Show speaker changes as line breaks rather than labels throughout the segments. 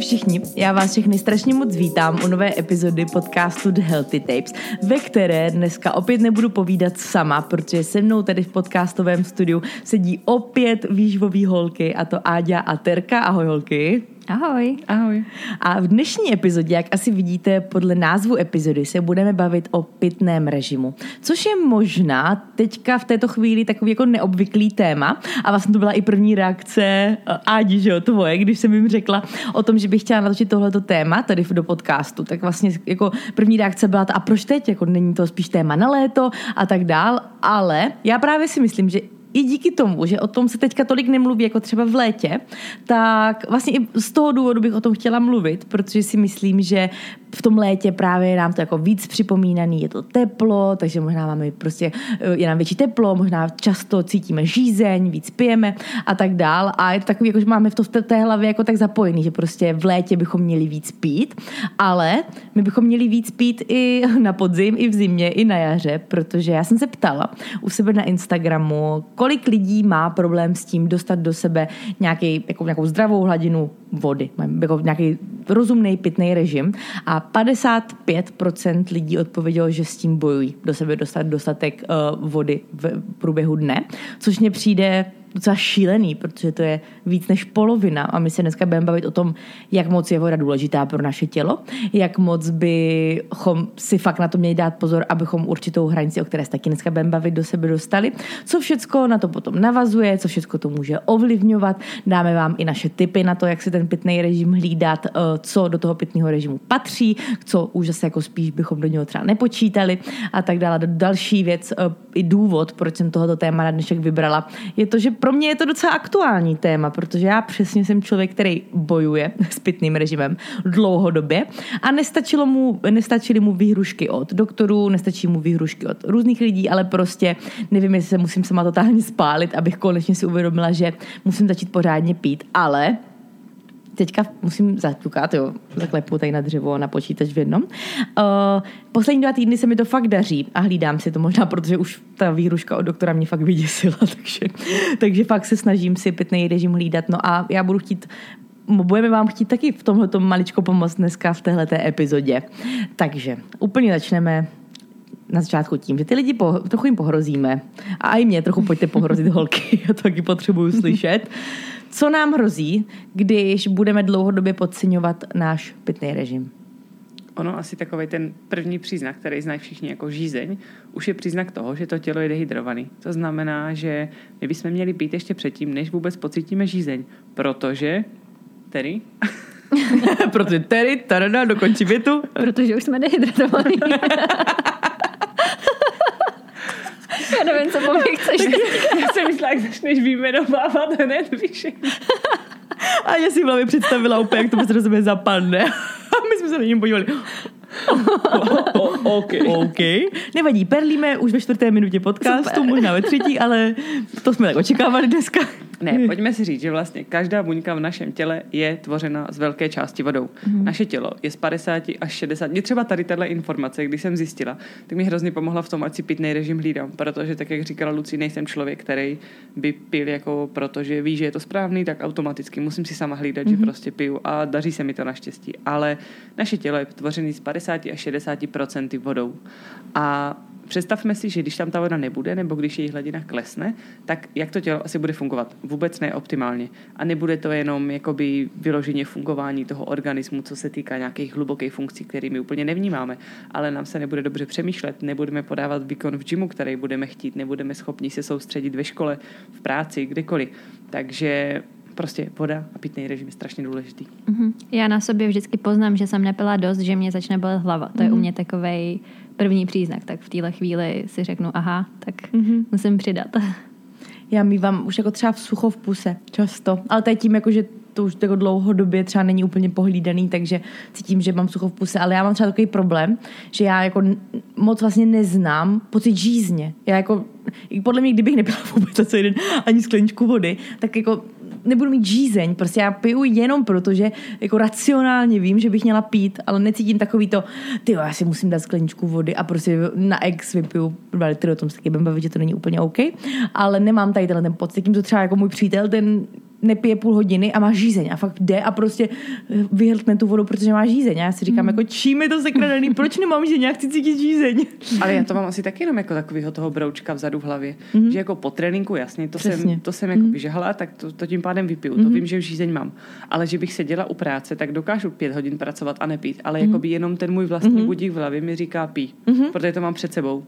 všichni, já vás všechny strašně moc vítám u nové epizody podcastu The Healthy Tapes, ve které dneska opět nebudu povídat sama, protože se mnou tady v podcastovém studiu sedí opět výživový holky, a to Áďa a Terka. Ahoj holky.
Ahoj.
Ahoj. A v dnešní epizodě, jak asi vidíte podle názvu epizody, se budeme bavit o pitném režimu, což je možná teďka v této chvíli takový jako neobvyklý téma. A vlastně to byla i první reakce Ádi, že jo, tvoje, když jsem jim řekla o tom, že bych chtěla natočit tohleto téma tady do podcastu. Tak vlastně jako první reakce byla ta, a proč teď? Jako není to spíš téma na léto a tak dál. Ale já právě si myslím, že i díky tomu, že o tom se teďka tolik nemluví, jako třeba v létě, tak vlastně i z toho důvodu bych o tom chtěla mluvit, protože si myslím, že v tom létě právě je nám to jako víc připomínaný, je to teplo, takže možná máme prostě, je nám větší teplo, možná často cítíme žízeň, víc pijeme a tak dál. A je to takový, jako, že máme v té hlavě jako tak zapojený, že prostě v létě bychom měli víc pít, ale my bychom měli víc pít i na podzim, i v zimě, i na jaře, protože já jsem se ptala u sebe na Instagramu, kolik lidí má problém s tím dostat do sebe nějakou zdravou hladinu vody, jako nějaký rozumný pitný režim, a 55% lidí odpovědělo, že s tím bojují do sebe dostat dostatek vody v průběhu dne, což mně přijde docela šílený, protože to je víc než polovina a my se dneska budeme bavit o tom, jak moc je voda důležitá pro naše tělo, jak moc bychom si fakt na to měli dát pozor, abychom určitou hranici, o které se taky dneska budeme bavit, do sebe dostali, co všecko na to potom navazuje, co všecko to může ovlivňovat, dáme vám i naše tipy na to, jak si ten pitný režim hlídat, co do toho pitného režimu patří, co už zase jako spíš bychom do něho třeba nepočítali a tak dále. Další věc, i důvod, proč jsem tohoto téma na dnešek vybrala, je to, že pro mě je to docela aktuální téma, protože já přesně jsem člověk, který bojuje s pitným režimem dlouhodobě a nestačily mu výhrušky od doktorů, nestačí mu výhrušky od různých lidí, ale prostě nevím, jestli se musím sama totálně spálit, abych konečně si uvědomila, že musím začít pořádně pít, ale teďka musím zaťukat, jo, zaklepu tady na dřevo, na počítač v jednom. Poslední 2 týdny se mi to fakt daří a hlídám si to možná, protože už ta výhruška od doktora mě fakt vyděsila, takže fakt se snažím si pitný režim hlídat. No a já budeme vám chtít taky v tomhletom maličko pomoct dneska v téhleté epizodě. Takže úplně začneme na začátku tím, že ty lidi trochu jim pohrozíme a i mě trochu pojďte pohrozit holky, já to taky potřebuju slyšet. Co nám hrozí, když budeme dlouhodobě podceňovat náš pitný režim?
Ono asi takovej ten první příznak, který znají všichni jako žízeň, už je příznak toho, že to tělo je dehydrovaný. To znamená, že my bychom měli pít ještě předtím, než vůbec pocítíme žízeň, protože
protože dokončí větu.
Protože už jsme dehydratovaní. Já nevím, co po mě chceš.
Já jsem myslela, jak začneš vyjmenovávat hned vyšší.
A já si v hlavě představila úplně, jak to prostě do sebe zapadne. A my jsme se na něm podívali. OK. Nevadí, perlíme už ve 4. minutě podcastu, super. Možná ve 3., ale to jsme tak očekávali dneska.
Ne, pojďme si říct, že vlastně každá buňka v našem těle je tvořena z velké části vodou. Naše tělo je z 50 až 60. Mě třeba tady tato informace, když jsem zjistila, tak mi hrozně pomohla v tom, ať si pitný režim hlídám, protože tak, jak říkala Lucie, nejsem člověk, který by pil jako protože ví, že je to správný, tak automaticky musím si sama hlídat, že prostě piju a daří se mi to naštěstí. Ale naše tělo je tvořené z 50 až 60% vodou. A představme si, že když tam ta voda nebude, nebo když její hladina klesne, tak jak to tělo asi bude fungovat? Vůbec neoptimálně. A nebude to jenom jakoby vyloženě fungování toho organismu, co se týká nějakých hlubokých funkcí, které my úplně nevnímáme, ale nám se nebude dobře přemýšlet, nebudeme podávat výkon v gymu, který budeme chtít, nebudeme schopni se soustředit ve škole, v práci, kdekoliv. Takže prostě voda a pitný režim je strašně důležitý.
Já na sobě vždycky poznám, že jsem nepila dost, že mě začne bolet hlava. To je u mě takovej první příznak. Tak v téhle chvíli si řeknu, aha, tak musím přidat.
Já mívám už jako třeba sucho v puse často, ale to je tím, jako, že to už jako dlouhodobě třeba není úplně pohlídaný, takže cítím, že mám sucho v puse, ale já mám třeba takový problém, že já jako moc vlastně neznám pocit žízně. Já jako, podle mě, kdybych nepila vůbec za celý den ani skleničku vody, tak jako nebudu mít žízeň, prostě já piju jenom proto, že jako racionálně vím, že bych měla pít, ale necítím takový to, tyjo, já si musím dát skleničku vody a prostě na ex vypiju 2 litry, o tom se taky budeme bavit, že to není úplně OK, ale nemám tady ten pocit, tím to třeba jako můj přítel, ten nepije půl hodiny a má žízeň a fakt jde a prostě vyhltne tu vodu, protože má žízeň. A já si říkám, jako čím je to sekradený, proč nemám žízeň, já chci cítit žízeň.
Ale já to mám asi taky jenom jako takovýho toho broučka vzadu v hlavě. Že jako po tréninku, jasně, to jsem jako vyžehla, tak to tím pádem vypiju. To vím, že žízeň mám. Ale že bych seděla u práce, tak dokážu 5 hodin pracovat a nepít. Ale jakoby jenom ten můj vlastní budík v hlavě mi říká pí. Protože to mám před sebou.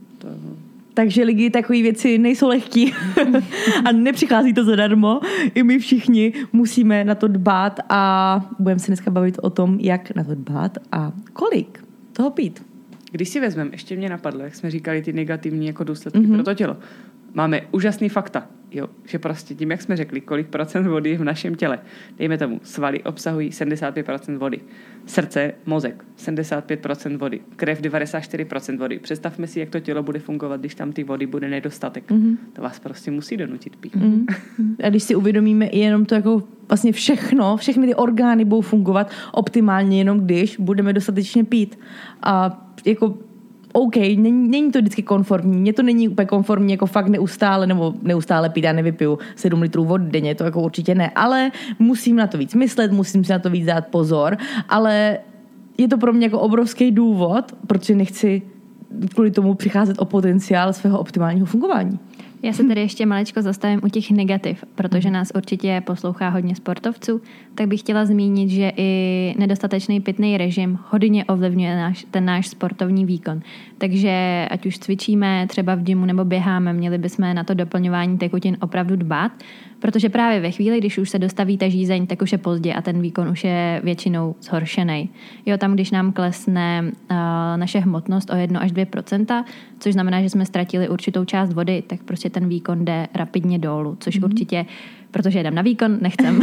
Takže lidi, takové věci nejsou lehký a nepřichází to zadarmo. I my všichni musíme na to dbát a budeme se dneska bavit o tom, jak na to dbát a kolik toho pít.
Když si vezmeme, ještě mě napadlo, jak jsme říkali, ty negativní jako důsledky pro to tělo. Máme úžasný fakta, jo, že prostě tím, jak jsme řekli, kolik procent vody je v našem těle. Dejme tomu, svaly obsahují 75% vody. Srdce, mozek, 75% vody. Krev, 94% vody. Představme si, jak to tělo bude fungovat, když tam ty vody bude nedostatek. To vás prostě musí donutit pít.
A když si uvědomíme i jenom to, jako vlastně všechny ty orgány budou fungovat optimálně, jenom když budeme dostatečně pít. A jako OK, není to vždycky konformní, mně to není úplně konformní, jako fakt neustále pít, já nevypiju 7 litrů vody denně, to jako určitě ne, ale musím na to víc myslet, musím si na to víc dát pozor, ale je to pro mě jako obrovský důvod, protože nechci kvůli tomu přicházet o potenciál svého optimálního fungování.
Já se tady ještě maličko zastavím u těch negativ, protože nás určitě poslouchá hodně sportovců, tak bych chtěla zmínit, že i nedostatečný pitný režim hodně ovlivňuje ten náš sportovní výkon. Takže ať už cvičíme třeba v gymu nebo běháme, měli bychom na to doplňování tekutin opravdu dbát, protože právě ve chvíli, když už se dostaví ta žízeň, tak už je pozdě a ten výkon už je většinou zhoršený. Jo, tam, když nám klesne naše hmotnost o 1 až 2%, což znamená, že jsme ztratili určitou část vody, tak prostě ten výkon jde rapidně dolů, což určitě, protože jdem na výkon, nechcem.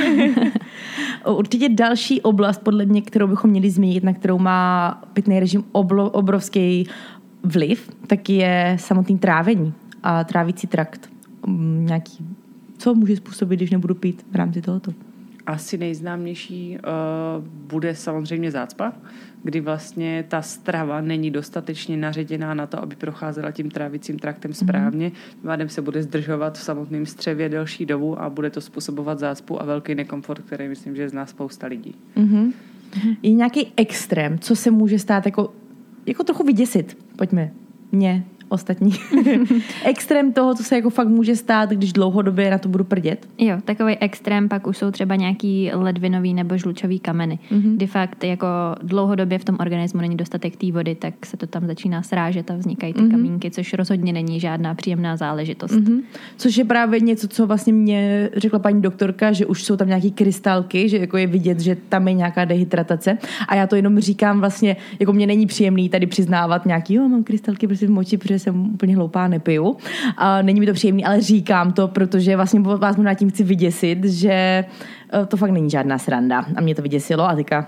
Určitě další oblast, podle mě, kterou bychom měli zmínit, na kterou má pitný režim obrovský vliv, tak je samotný trávení a trávící trakt. Co může způsobit, když nebudu pít v rámci tohoto?
Asi nejznámější bude samozřejmě zácpa, kdy vlastně ta strava není dostatečně naředěná na to, aby procházela tím trávicím traktem správně. Tím se bude zdržovat v samotném střevě delší dobu a bude to způsobovat zácpu a velký nekomfort, který myslím, že zná spousta lidí.
Je nějaký extrém, co se může stát jako trochu vyděsit? Pojďme, ostatní. Extrém toho, co se jako fakt může stát, když dlouhodobě na to budu prdět.
Jo, takový extrém pak už jsou třeba nějaký ledvinový nebo žlučový kameny, kdy fakt jako dlouhodobě v tom organismu není dostatek té vody, tak se to tam začíná srážet a vznikají ty kamínky, což rozhodně není žádná příjemná záležitost.
Což je právě něco, co vlastně mě řekla paní doktorka, že už jsou tam nějaký krystalky, že jako je vidět, že tam je nějaká dehydratace a já to jenom říkám vlastně, jako mě není příjemný tady přiznávat nějaký, mám krystalky prostě v moči, protože jsem úplně hloupá, nepiju. A není mi to příjemný, ale říkám to, protože vlastně vás možná tím chci vyděsit, že to fakt není žádná sranda. A mě to vyděsilo a teďka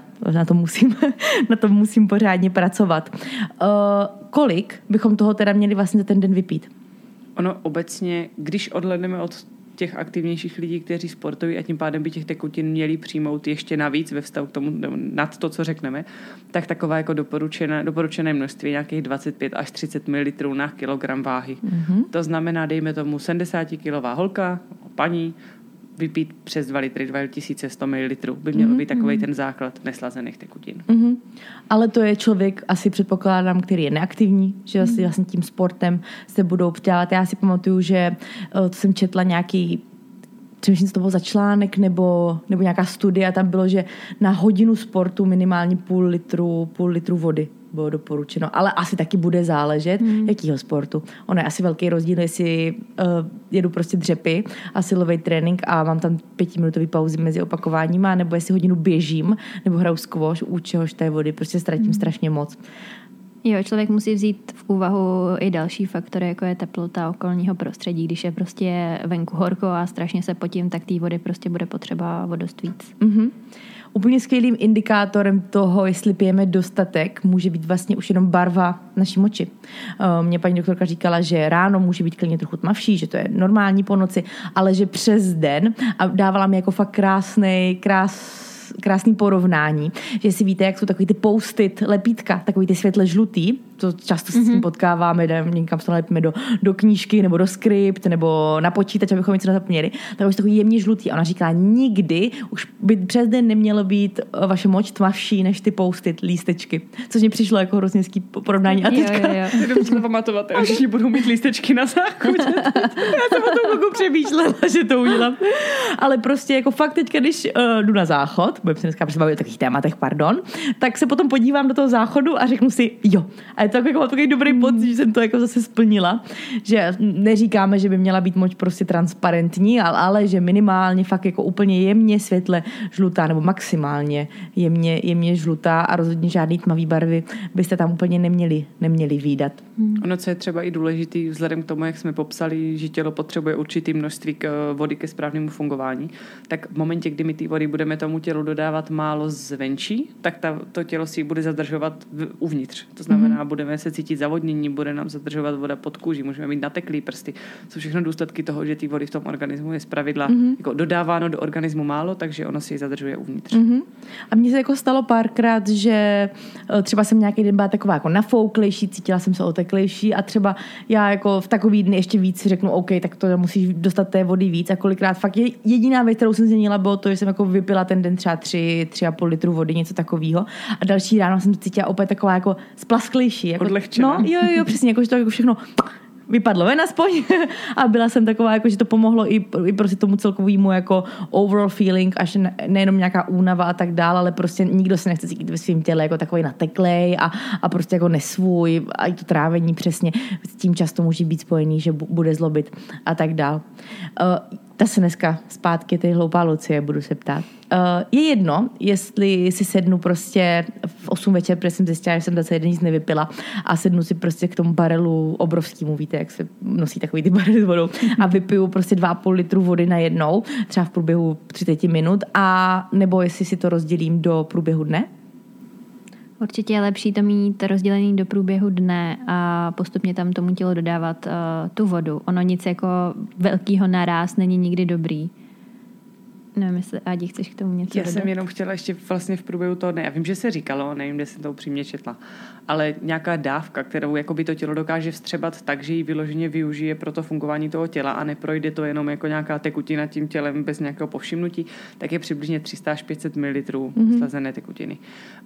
na to musím pořádně pracovat. Kolik bychom toho teda měli vlastně za ten den vypít?
Ono obecně, když odhlédneme od těch aktivnějších lidí, kteří sportují a tím pádem by těch tekutin měli přijmout ještě navíc ve vztahu k tomu, nad to, co řekneme, tak taková jako doporučené množství nějakých 25 až 30 ml na kilogram váhy. To znamená, dejme tomu 70-kilová holka, paní, vypít přes 2 litry, 2100 ml by měl být takovej ten základ neslazených tekutin.
Ale to je člověk, asi předpokládám, který je neaktivní, že vlastně tím sportem se budou přidávat. Já si pamatuju, že to jsem četla nějaký, přemýšlím, co to bylo za článek nebo nějaká studie a tam bylo, že na hodinu sportu minimálně půl litru vody bylo doporučeno, ale asi taky bude záležet, jakýho sportu. Ono je asi velký rozdíl, jestli jedu prostě dřepy a silový trénink a mám tam 5minutový pauzy mezi opakováníma, nebo jestli hodinu běžím, nebo hraju squash, u čehož té vody prostě ztratím strašně moc.
Jo, člověk musí vzít v úvahu i další faktory, jako je teplota okolního prostředí. Když je prostě venku horko a strašně se potím, tak té vody prostě bude potřeba o dost víc.
Úplně skvělým indikátorem toho, jestli pijeme dostatek, může být vlastně už jenom barva naší moči. Mě paní doktorka říkala, že ráno může být klidně trochu tmavší, že to je normální po noci, ale že přes den, a dávala mi jako fakt krásný porovnání, že si víte, jak jsou takový ty post-it lepítka, takový ty světle žlutý, to často se s tím potkáváme, někam to nalepíme do knížky nebo do skript nebo na počítač, abychom něco nezapomněli, tak už takový jemně žlutý. A ona říká, nikdy už by přes den nemělo být vaše moč tmavší než ty post-it lístečky. Což mi přišlo jako hrozně hezký porovnání. A teďka...
Dobře pamatovat, že všichni budou mít lístečky na záchodě.
Já jsem o tom jako přemýšlela, že to udělám. Ale prostě jako fakt teďka, když jdu na záchod, budeme se dneska bavit o takových tématech, pardon, tak se potom podívám do toho záchodu a řeknu si, jo. A je to jako takový dobrý pocit, že jsem to jako zase splnila. Že neříkáme, že by měla být moč prostě transparentní, ale že minimálně fakt jako úplně jemně světle žlutá nebo maximálně jemně žlutá a rozhodně žádný tmavý barvy byste tam úplně neměli vídat.
Ono, co je třeba i důležitý, vzhledem k tomu, jak jsme popsali, že tělo potřebuje určitý množství vody ke správnému fungování, tak v momentě, kdy my ty vody budeme tomu tělu dodávat málo zvenčí, tak to tělo si bude zadržovat uvnitř. To znamená, budeme se cítit zavodnění, bude nám zadržovat voda pod kůží, můžeme mít nateklý prsty. Jsou všechno důsledky toho, že ty vody v tom organismu je zpravidla jako dodáváno do organismu málo, takže ono si ji zadržuje uvnitř.
A mně se jako stalo párkrát, že třeba jsem nějaký den byla taková jako nafouklejší, cítila jsem se oteklejší a třeba já jako v takový dny ještě víc si řeknu, OK, tak to musíš dostat té vody víc a kolikrát fakt jediná věc, kterou jsem změnila, bylo to, že jsem jako vypila ten den třeba 3,5 litru vody, něco takového a další ráno jsem cítila opět taková jako splasklejší. Jako,
odlehčená.
No, jo, přesně, jako, že to jako všechno vypadlo ven aspoň a byla jsem taková, jako, že to pomohlo i prostě tomu celkovému jako overall feeling, až nejenom nějaká únava a tak dále, ale prostě nikdo se nechce cítit ve svém těle jako takový nateklej a prostě jako nesvůj a i to trávení přesně s tím často může být spojený, že bude zlobit a tak dál. Ta se dneska zpátky, ty hloupá Lucie, budu se ptát. Je jedno, jestli si sednu prostě v 8 večer, protože jsem zjistila, že jsem zase jeden nic nevypila a sednu si prostě k tomu barelu obrovskému, víte, jak se nosí takový ty barely s vodou a vypiju prostě 2,5 litru vody najednou, třeba v průběhu 30 minut a nebo jestli si to rozdělím do průběhu dne?
Určitě je lepší to mít rozdělený do průběhu dne a postupně tam tomu tělu dodávat tu vodu. Ono nic jako velkýho naráz není nikdy dobrý. Nevím, jestli Ádi, chceš k tomu něco dodat?
Já jsem jenom chtěla ještě vlastně v průběhu toho dne. Já vím, že se říkalo, nevím, kde jsem to upřímně četla, ale nějaká dávka, kterou jakoby to tělo dokáže vstřebat tak, že ji vyloženě využije pro to fungování toho těla a neprojde to jenom jako nějaká tekutina tím tělem bez nějakého povšimnutí, tak je přibližně 300 až 500 ml slazené tekutiny.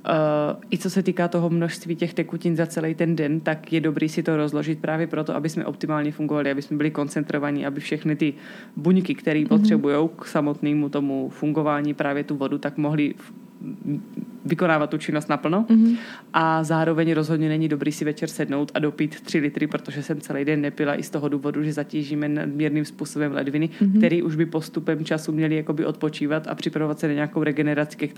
I co se týká toho množství těch tekutin za celý ten den, tak je dobrý si to rozložit právě proto, aby jsme optimálně fungovali, aby jsme byli koncentrovaní, aby všechny ty buňky, které potřebují k samotnému tomu fungování právě tu vodu, tak mohli vykonávat tu činnost naplno. A zároveň rozhodně není dobrý si večer sednout a dopít 3 litry, protože jsem celý den nepila i z toho důvodu, že zatížíme nadměrným způsobem ledviny, který už by postupem času měli jakoby odpočívat a připravovat se na nějakou regeneraci, ke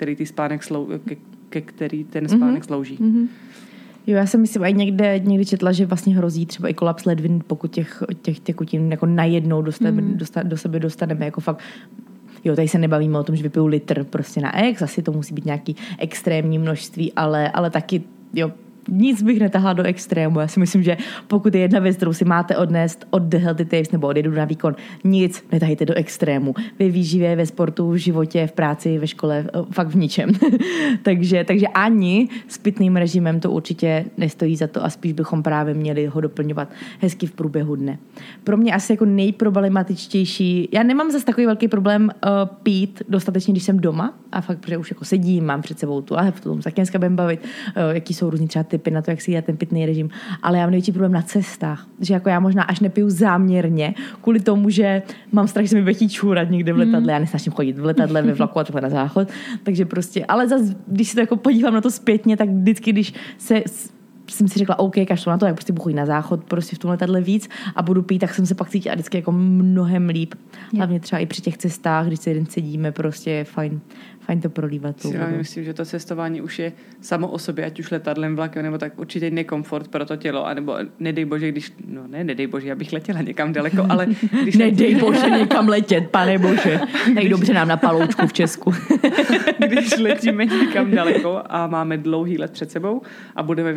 který ten spánek slouží.
Jo, já jsem myslím, i někdy četla, že vlastně hrozí třeba i kolaps ledvin, pokud těch tekutin jako najednou do sebe dostaneme, jako fakt. Jo, tady se nebavíme o tom, že vypiju litr prostě na ex, asi to musí být nějaký extrémní množství, ale taky, jo, nic bych netahla do extrému. Já si myslím, že pokud je jedna věc, kterou si máte odnést od The Healthy Tapes nebo od Jedu na výkon, nic netahejte do extrému. Ve výživě, ve sportu, v životě, v práci, ve škole, fakt v ničem. takže ani s pitným režimem to určitě nestojí za to a spíš bychom právě měli ho doplňovat hezky v průběhu dne. Pro mě asi jako nejproblematičtější, já nemám zase takový velký problém pít dostatečně, když jsem doma a fakt, protože už jako sedím, mám před sebou tu lahev, to taky dneska budeme bavit, jaký jsou různý třeba typy na to, jak si dělat ten pitný režim, ale já mám největší problém na cestách, že jako já možná až nepiju záměrně, kvůli tomu, že mám strach, že se mi budete čůrat někde v letadle, já nesnažím chodit v letadle, ve vlaku a takhle na záchod, takže prostě, ale zase, když si to jako podívám na to zpětně, tak vždycky, když jsem si řekla, OK, kašlu na to, jak prostě budu chodit na záchod prostě v tom letadle víc a budu pít, tak jsem se pak cítila vždycky jako mnohem líp. Hlavně třeba i při těch cestách, když se jeden sedíme, prostě je fajn to prolívat.
Já myslím, že to cestování už je samo o sobě, ať už letadlem, vlakem, nebo tak určitě nekomfort pro to tělo, anebo nedej bože, nedej bože, já bych letěla někam daleko, ale když
nedej bože někam letět, pane bože. Tak dobře nám na paloučku v Česku.
Když letíme někam daleko a máme dlouhý let před sebou a budeme vynechávat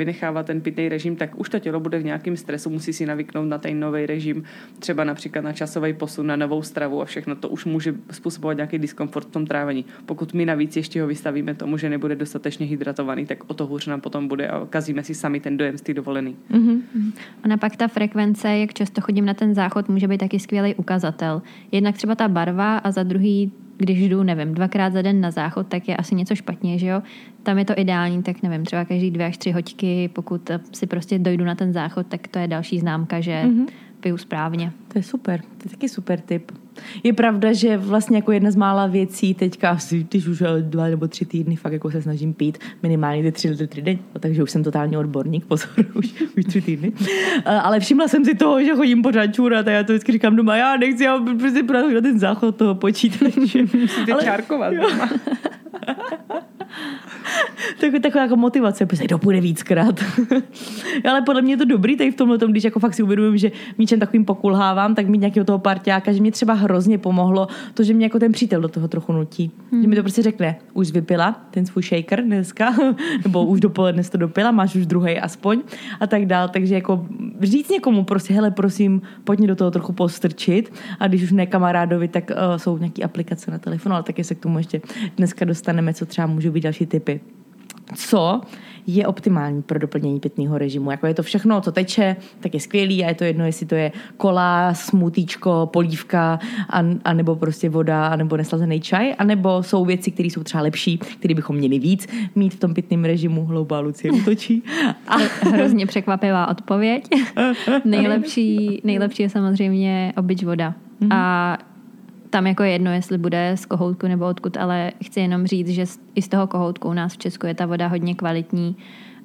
ten pitný režim, tak už to tělo bude v nějakém stresu, musí si navyknout na ten nový režim, třeba například na časový posun, na novou stravu a všechno. To už může způsobovat nějaký diskomfort v tom trávení. Pokud my navíc ještě ho vystavíme tomu, že nebude dostatečně hydratovaný, tak o to hůř nám potom bude a kazíme si sami ten dojem z té dovolený.
A pak ta frekvence, jak často chodím na ten záchod, může být taky skvělý ukazatel. Jednak třeba ta barva a za druhý, když jdu, nevím, 2krát za den na záchod, tak je asi něco špatně, že jo? Tam je to ideální, tak nevím, třeba každý 2 až 3 hoďky, pokud si prostě dojdu na ten záchod, tak to je další známka, že piju správně.
To je super, to je taky super tip. Je pravda, že vlastně jako jedna z mála věcí teďka asi, když už 2 nebo 3 týdny fakt jako se snažím pít minimálně ty 3 litry denně, takže už jsem totální odborník, pozor, už 3 týdny. Ale všimla jsem si toho, že chodím pořád čůrat a já to vždycky říkám doma, já nechci, já prostě pořád na ten záchod toho počítače.
Musíte čárkovat doma.
Taková jako motivace, protože to půjde víckrát. Ale podle mě je to dobrý tady v tomhle tom, když jako fakt si uvědomím, že míčem takovým pokulhávám, tak mít nějakého toho parťáka, že mě třeba hrozně pomohlo to, že mě jako ten přítel do toho trochu nutí. Že mi to prostě řekne, už vypila ten svůj shaker dneska, nebo už dopoledne jsi to dopila, máš už druhej aspoň a tak dál. Takže jako říct někomu prostě, hele prosím, pojď mě do toho trochu postrčit a když už ne kamarádovi, tak jsou nějaký aplikace na telefonu, ale taky se k tomu ještě dneska dostaneme, co třeba můžou být další tipy. Co je optimální pro doplnění pitného režimu? Jako je to všechno, co teče, tak je skvělý a je to jedno, jestli to je kola, smutíčko, polívka, a nebo prostě voda, a nebo neslazený čaj, a nebo jsou věci, které jsou třeba lepší, které bychom měli víc mít v tom pitném režimu. Hloubá Lucie útočí.
A hrozně překvapivá odpověď. nejlepší je samozřejmě obyč voda. A tam jako je jedno, jestli bude z kohoutku nebo odkud, ale chci jenom říct, že i z toho kohoutku u nás v Česku je ta voda hodně kvalitní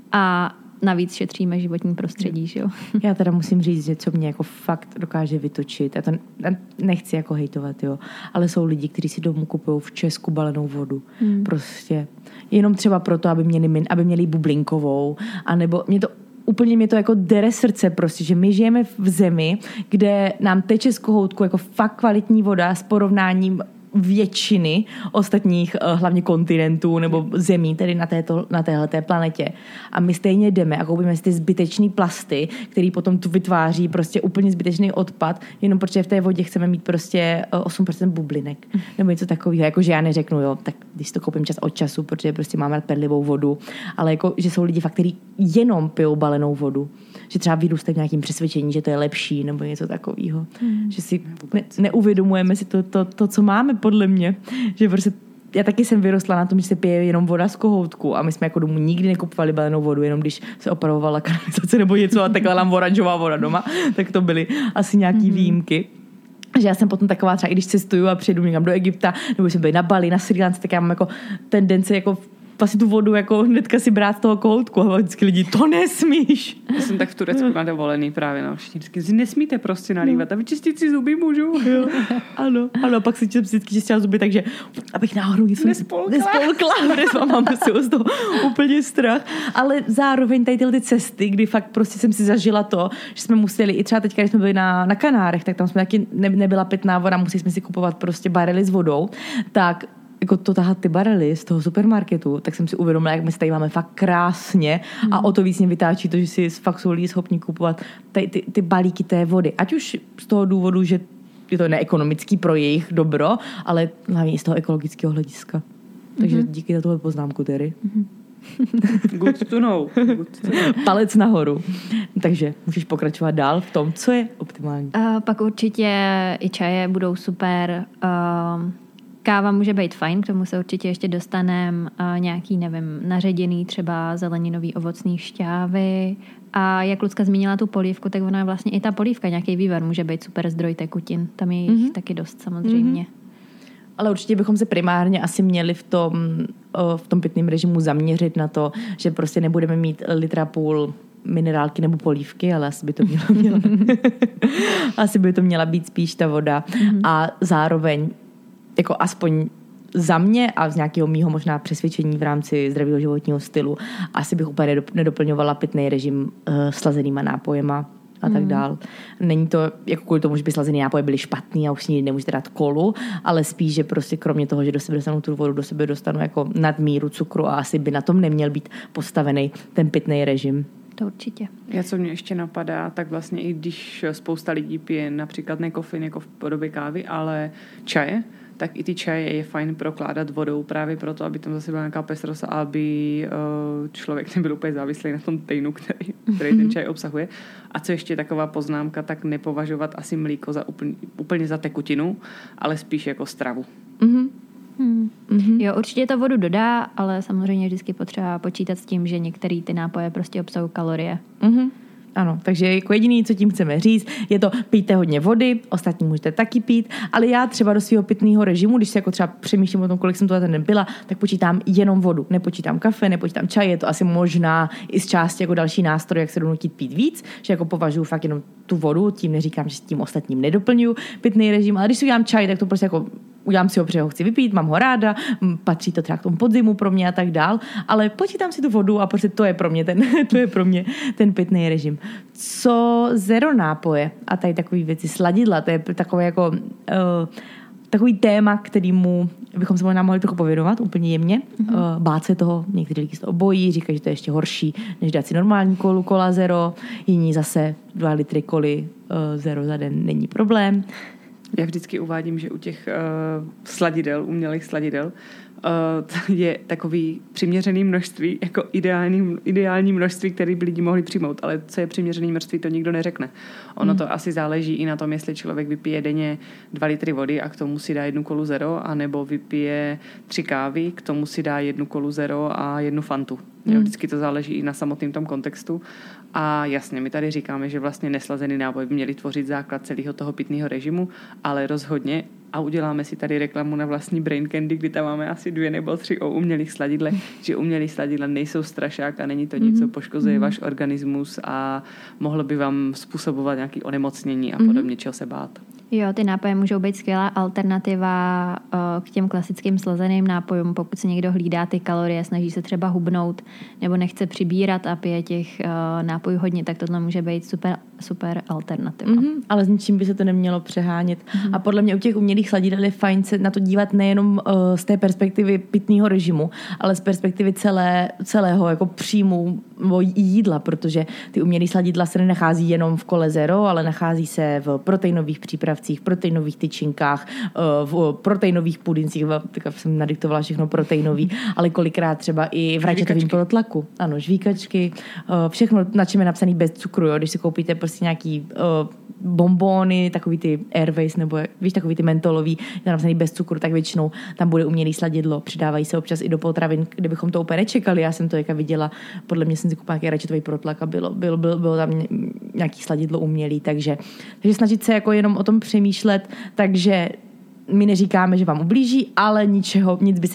a navíc šetříme životní prostředí, že jo?
Já teda musím říct, že co mě jako fakt dokáže vytočit, já to nechci jako hejtovat, jo, ale jsou lidi, kteří si domů kupují v Česku balenou vodu. Prostě jenom třeba proto, aby měli bublinkovou, anebo mě to jako dere srdce prostě, že my žijeme v zemi, kde nám teče z kohoutku jako fakt kvalitní voda s porovnáním většiny ostatních hlavně kontinentů nebo zemí, tedy na téhleté planetě. A my stejně jdeme a koupíme si ty zbytečný plasty, který potom tu vytváří prostě úplně zbytečný odpad, jenom protože v té vodě chceme mít prostě 8% bublinek. Nebo něco takového. Jakože já neřeknu, jo, tak když to koupím čas od času, protože prostě máme perlivou vodu, ale jako, že jsou lidi fakt, kteří jenom pijou balenou vodu. Že třeba vyrůstají v nějakým přesvědčení, že to je lepší nebo něco takového. Že si neuvědomujeme si to, co máme podle mě. Že prostě já taky jsem vyrostla na tom, že se pije jenom voda z kohoutku a my jsme jako domů nikdy nekupovali balenou vodu, jenom když se opravovala kanalizace nebo něco a tekla nám oranžová voda doma, tak to byly asi nějaký výjimky. Že já jsem potom taková třeba, i když cestuju a přijedu někam do Egypta, nebo jsem byli na Bali, na Srí Lance, tak já mám jako tendence jako vlastně tu vodu jako hnedka si brát z toho kohoutku a vždycky lidi, to nesmíš.
Já jsem tak v Turecku na dovolený právě, no. Vždycky nesmíte prostě nalívat a vyčistit si zuby můžu.
Jo. Ano, pak si vždycky čistila zuby, takže abych náhodou něco nespolkla. Mám z toho úplně strach. Ale zároveň tady tyhle cesty, kdy fakt prostě jsem si zažila to, že jsme museli, i třeba teďka, když jsme byli na Kanárech, tak tam jsme taky nebyla pitná voda, museli jsme si kupovat prostě barely s vodou, tak jako to tahat ty barely z toho supermarketu, tak jsem si uvědomila, jak my se tady máme fakt krásně a o to víc mě vytáčí to, že si fakt jsou lidi schopni kupovat ty balíky té vody. Ať už z toho důvodu, že je to neekonomický pro jejich dobro, ale hlavně z toho ekologického hlediska. Takže díky za tuhle poznámku, Terry.
Good to know.
Palec nahoru. Takže můžeš pokračovat dál v tom, co je optimální.
Pak určitě i čaje budou super. Káva může být fajn, k tomu se určitě ještě dostaneme, nějaký, nevím, naředěný třeba zeleninový ovocný šťávy. A jak Lucka zmínila tu polívku, tak ona vlastně i ta polívka, nějaký vývar může být super zdroj tekutin. Tam je jich taky dost samozřejmě.
Ale určitě bychom se primárně asi měli v tom pitném režimu zaměřit na to, že prostě nebudeme mít 1,5 litru minerálky nebo polívky, ale asi by to měla být spíš ta voda. A zároveň jako aspoň za mě a z nějakého mýho možná přesvědčení v rámci zdravého životního stylu asi bych úplně nedoplňovala pitný režim slazenýma nápojema a tak dál. Není to jako kvůli tomu, že by slazený nápoje byly špatný a už si nikdy nemůžete dát kolu, ale spíš, že prostě kromě toho, že do sebe dostanu tu vodu, do sebe dostanu jako nadmíru cukru a asi by na tom neměl být postavený ten pitný režim.
To určitě.
Co mě ještě napadá, tak vlastně i když spousta lidí pije například ne kofein jako v podobě kávy, ale čaje, tak i ty čaje je fajn prokládat vodou právě proto, aby tam zase byla nějaká pestrost a aby člověk nebyl úplně závislý na tom tejnu, který ten čaj obsahuje. A co ještě taková poznámka, tak nepovažovat asi mlíko za úplně za tekutinu, ale spíš jako stravu.
Jo, určitě to vodu dodá, ale samozřejmě vždycky potřeba počítat s tím, že některé ty nápoje prostě obsahují kalorie.
Ano, takže jako jediný, co tím chceme říct, je to pijte hodně vody, ostatní můžete taky pít, ale já třeba do svého pitného režimu, když se jako třeba přemýšlím o tom, kolik jsem toho ten den pila, tak počítám jenom vodu. Nepočítám kafe, nepočítám čaj, je to asi možná i z části jako další nástroj, jak se donutit pít víc, že jako považuji fakt jenom tu vodu, tím neříkám, že s tím ostatním nedoplňuju pitný režim, ale když si udělám čaj, tak to prostě jako udělám si ho, protože ho chci vypít, mám ho ráda, patří to třeba k tomu podzimu pro mě a tak dál, ale počítám si tu vodu a prostě to je pro mě ten pitný režim. Co zero nápoje a tady takové věci, sladidla, to je takové jako takový téma, kterýmu bychom se možná mohli trochu pověnovat úplně jemně. Bát se toho, někteří lidi z toho bojí, říkají, že to je ještě horší, než dát si normální kola zero, jiní zase 2 litry koly zero za den není problém.
Já vždycky uvádím, že u těch sladidel, umělých sladidel, je takový přiměřený množství, jako ideální množství, který by lidi mohli přijmout, ale co je přiměřený množství, to nikdo neřekne. Ono to asi záleží i na tom, jestli člověk vypije denně 2 litry vody a k tomu si dá 1 kolu zero, anebo vypije 3 kávy, k tomu si dá 1 kolu zero a 1 fantu. Vždycky to záleží i na samotném tom kontextu. A jasně, my tady říkáme, že vlastně neslazený nápoj by měli tvořit základ celého toho pitného režimu, ale rozhodně, a uděláme si tady reklamu na vlastní Brain Candy, kdy tam máme asi 2 nebo 3 o umělých sladidlech, že umělý sladidla nejsou strašák a není to nic, co poškozuje váš organismus a mohlo by vám způsobovat nějaké onemocnění a podobně, čeho se bát.
Jo, ty nápoje můžou být skvělá alternativa k těm klasickým slazeným nápojům. Pokud si někdo hlídá ty kalorie, snaží se třeba hubnout nebo nechce přibírat a pije těch nápojů hodně, tak tohle může být super alternativa.
Ale s ničím by se to nemělo přehánět. A podle mě u těch umělých sladidel je fajn se na to dívat nejenom z té perspektivy pitného režimu, ale z perspektivy celého jako příjmu jídla, protože ty umělý sladidla se nenachází jenom v kole zero, ale nachází se v proteinových přípravcích, proteinových tyčinkách, v proteinových pudincích, tak jsem nadiktovala všechno proteinový, ale kolikrát třeba i v rajčatovém protlaku. Ano, žvíkačky, všechno, na čem je napsaný bez cukru, jo? Když si koupíte prostě nějaký bonbóny, takový ty Airways, nebo víš, takový ty mentolový, je napsaný bez cukru, tak většinou tam bude umělý sladidlo. Přidávají se občas i do potravin, kde bychom to úplně nečekali. Já jsem to viděla, podle mě jsem si koupila nějaký rajčatový protlak a bylo tam nějaký sladidlo umělý, takže snažit se jako jenom o tom přemýšlet, takže my neříkáme, že vám ublíží, ale nic by se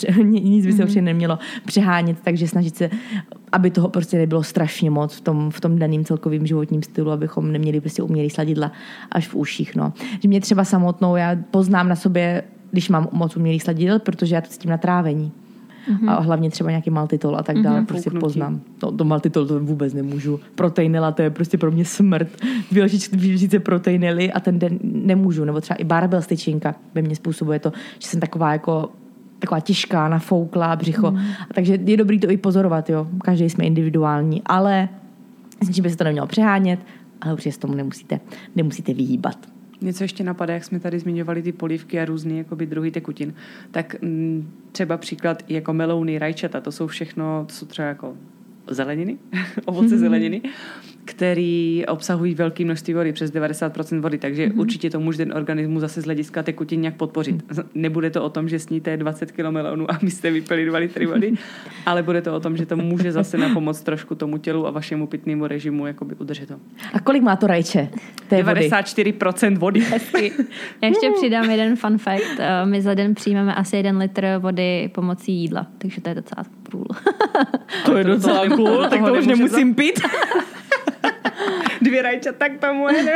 určitě nemělo přehánět, takže snažit se, aby toho prostě nebylo strašně moc v tom daným celkovým životním stylu, abychom neměli prostě umělý sladidla až v uších. No. Že mě třeba samotnou, já poznám na sobě, když mám moc umělých sladidel, protože já to cítím na trávení. A hlavně třeba nějaký maltitol a tak dále, prostě poznám. To maltitol to vůbec nemůžu. Proteinela, to je prostě pro mě smrt. 2 lžičky proteinely a ten den nemůžu. Nebo třeba i barbell styčinka ve mně způsobuje to, že jsem taková těžká, nafouklá břicho. Takže je dobrý to i pozorovat, jo. Každý jsme individuální, ale s ničím by se to nemělo přehánět, ale určitě s tomu nemusíte vyhýbat.
Něco ještě napadá, jak jsme tady zmiňovali ty polívky a různý jakoby druhý tekutin, tak třeba příklad jako melouny, rajčata, to jsou třeba jako zeleniny, ovoce zeleniny, který obsahují velké množství vody, přes 90% vody, takže určitě to může ten organismus zase z hlediska tekutin nějak podpořit. Nebude to o tom, že sníte 20 kg melounu a my jste vypili 2 litry vody, ale bude to o tom, že to může zase napomoct trošku tomu tělu a vašemu pitnému režimu jakoby udržet to.
A kolik má to rajče?
94% vody.
Hezky. Já ještě přidám jeden fun fact. My za den přijmeme asi 1 litr vody pomocí jídla, takže to je docela cool.
To je docela cool, tak to už nemusím pít.
2 rajčata k tomu, ne?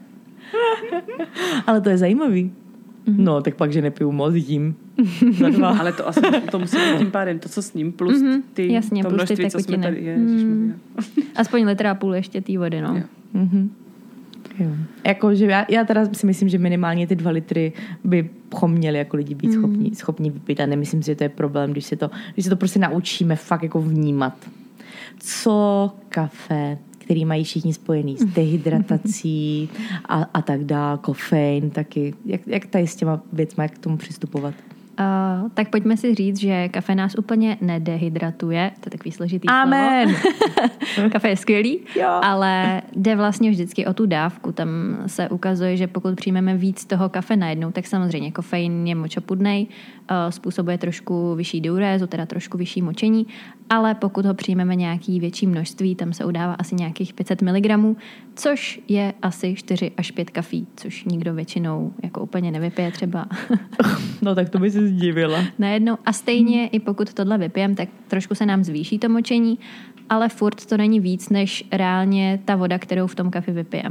Ale to je zajímavý. No, tak pak, že nepiju moc, jím za 2.
Ale to asi to musí být tím pádem, to, co s ním, plus ty,
jasně,
to
plus
množství,
ty
co jsme tady.
Aspoň 1,5 litru ještě té vody, no.
Jo. Jakože já teda si myslím, že minimálně ty 2 litry bychom měli jako lidi být schopni vypít a nemyslím si, že to je problém, když se to prostě naučíme fakt jako vnímat. co kafe, který mají všichni spojený s dehydratací a tak dále, kofein taky. Jak tady s těma věcma, jak k tomu přistupovat?
Tak pojďme si říct, že kafe nás úplně nedehydratuje. To je takový složitý
Amen.
slovo. Kafe je skvělý,
Jo.
ale jde vlastně vždycky o tu dávku. Tam se ukazuje, že pokud přijmeme víc toho kafe najednou, tak samozřejmě kofein je močopudnej, způsobuje trošku vyšší diurézu, teda trošku vyšší močení, ale pokud ho přijmeme nějaký větší množství, tam se udává asi nějakých 500 mg, což je asi 4 až 5 kafí, což nikdo většinou jako úplně nevypije třeba.
No tak to by se zdivila.
Najednou. A stejně i pokud tohle vypijeme, tak trošku se nám zvýší to močení, ale furt to není víc, než reálně ta voda, kterou v tom kafi vypijeme.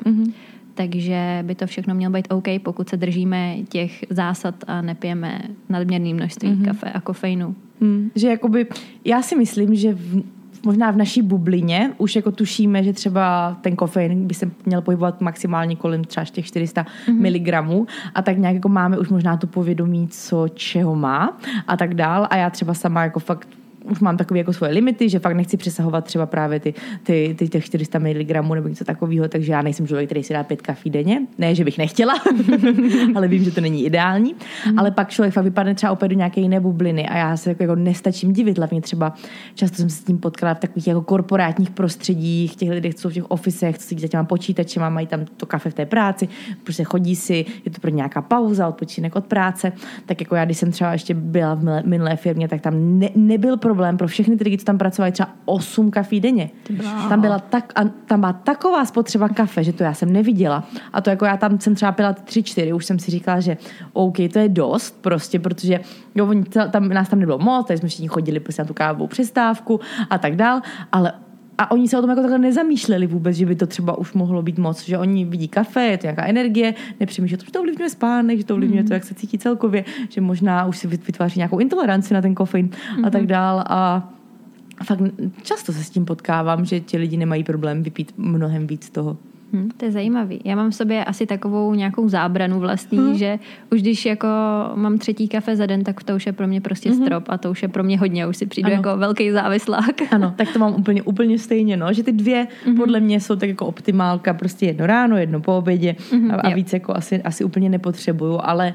Takže by to všechno mělo být OK, pokud se držíme těch zásad a nepijeme nadměrné množství kafe a kofeinu.
Že jakoby, já si myslím, že možná v naší bublině už jako tušíme, že třeba ten kofein by se měl pohybovat maximálně kolem třeba těch 400 mg a tak nějak jako máme už možná to povědomí, co čeho má a tak dál a já třeba sama jako fakt už mám takové jako svoje limity, že fakt nechci přesahovat třeba právě ty těch 400 mg nebo něco takového, takže já nejsem člověk, který si dá 5 kafí denně. Ne, že bych nechtěla, ale vím, že to není ideální. Ale pak člověk fakt vypadne třeba opět do nějaké jiné bubliny a já se jako nestačím divit. Hlavně třeba často jsem se s tím potkala v takových jako korporátních prostředích, těch lidí, co jsou v těch ofisech, co sedí za těma počítačema, mají tam to kafe v té práci, prostě chodí si, je to pro nějaká pauza, odpočinek od práce. Tak jako já, když jsem třeba ještě byla v minulé firmě, tak tam nebyl problém pro všechny ty lidi, co tam pracovali, třeba 8 kafí denně. Tam byla taková spotřeba kafe, že to já jsem neviděla. A to jako já tam jsem třeba pila 3-4, už jsem si říkala, že OK, to je dost prostě, protože jo, nás tam nebylo moc, tady jsme všichni chodili prostě na tu kávovou přestávku a tak dál, ale a oni se o tom jako takhle nezamýšleli vůbec, že by to třeba už mohlo být moc, že oni vidí kafe, je to nějaká energie, nepřemýšlí, že to ovlivňuje spánek, že to ovlivňuje to, jak se cítí celkově, že možná už si vytváří nějakou intoleranci na ten kofein a tak dál a fakt často se s tím potkávám, že ti lidi nemají problém vypít mnohem víc toho.
To je zajímavý. Já mám v sobě asi takovou nějakou zábranu vlastní, že už když jako mám 3. kafe za den, tak to už je pro mě prostě strop a to už je pro mě hodně, už si přijdu jako velký závislák.
Ano, tak to mám úplně stejně, no, že ty 2 podle mě jsou tak jako optimálka, prostě jedno ráno, jedno po obědě a víc jako asi úplně nepotřebuju, ale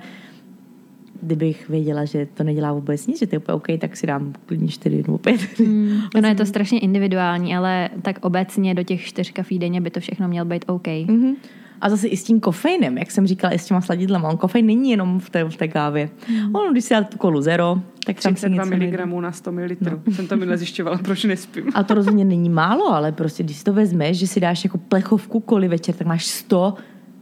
kdybych věděla, že to nedělá vůbec nic, že to je úplně OK, tak si dám klidně 4 nebo 5.
Ono je to strašně individuální, ale tak obecně do těch 4 kafí denně by to všechno mělo být OK.
A zase i s tím kofeinem, jak jsem říkala, i s těma sladidlema. On kofein není jenom v té kávě. On, když si dá tu kolu zero, tak
32 mg na 100 ml. No. Jsem to minule zjišťovala, proč nespím.
A to rozhodně není málo, ale prostě když si to vezmeš, že si dáš jako plechovku koli večer, tak máš 100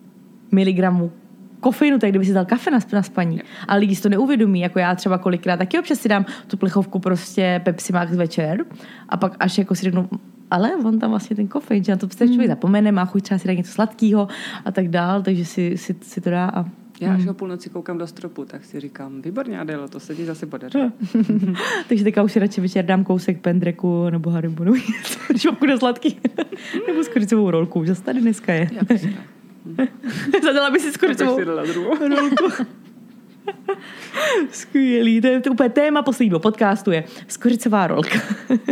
mg kofeinu, tak kdyby si dal kafe na spaní. Ale lidi si to neuvědomí, jako já třeba kolikrát taky občas si dám tu plechovku prostě Pepsi Max večer a pak až jako si řeknu, ale on tam vlastně ten kofein, že na to člověk zapomene, má chuť třeba si dát něco sladkého a tak dál, takže si to dá a
já až o půlnoci koukám do stropu, tak si říkám, výborně Adélo, to se ti zase podařilo.
Takže teďka už si radši večer dám kousek Pendreku nebo Haribo, když mám chuť sladký, nebo skořicovou rolku, že tady dneska je. Zadala by si skořicovou rolku. Skvělý, to je úplně téma posledního podcastu je skořicová rolka.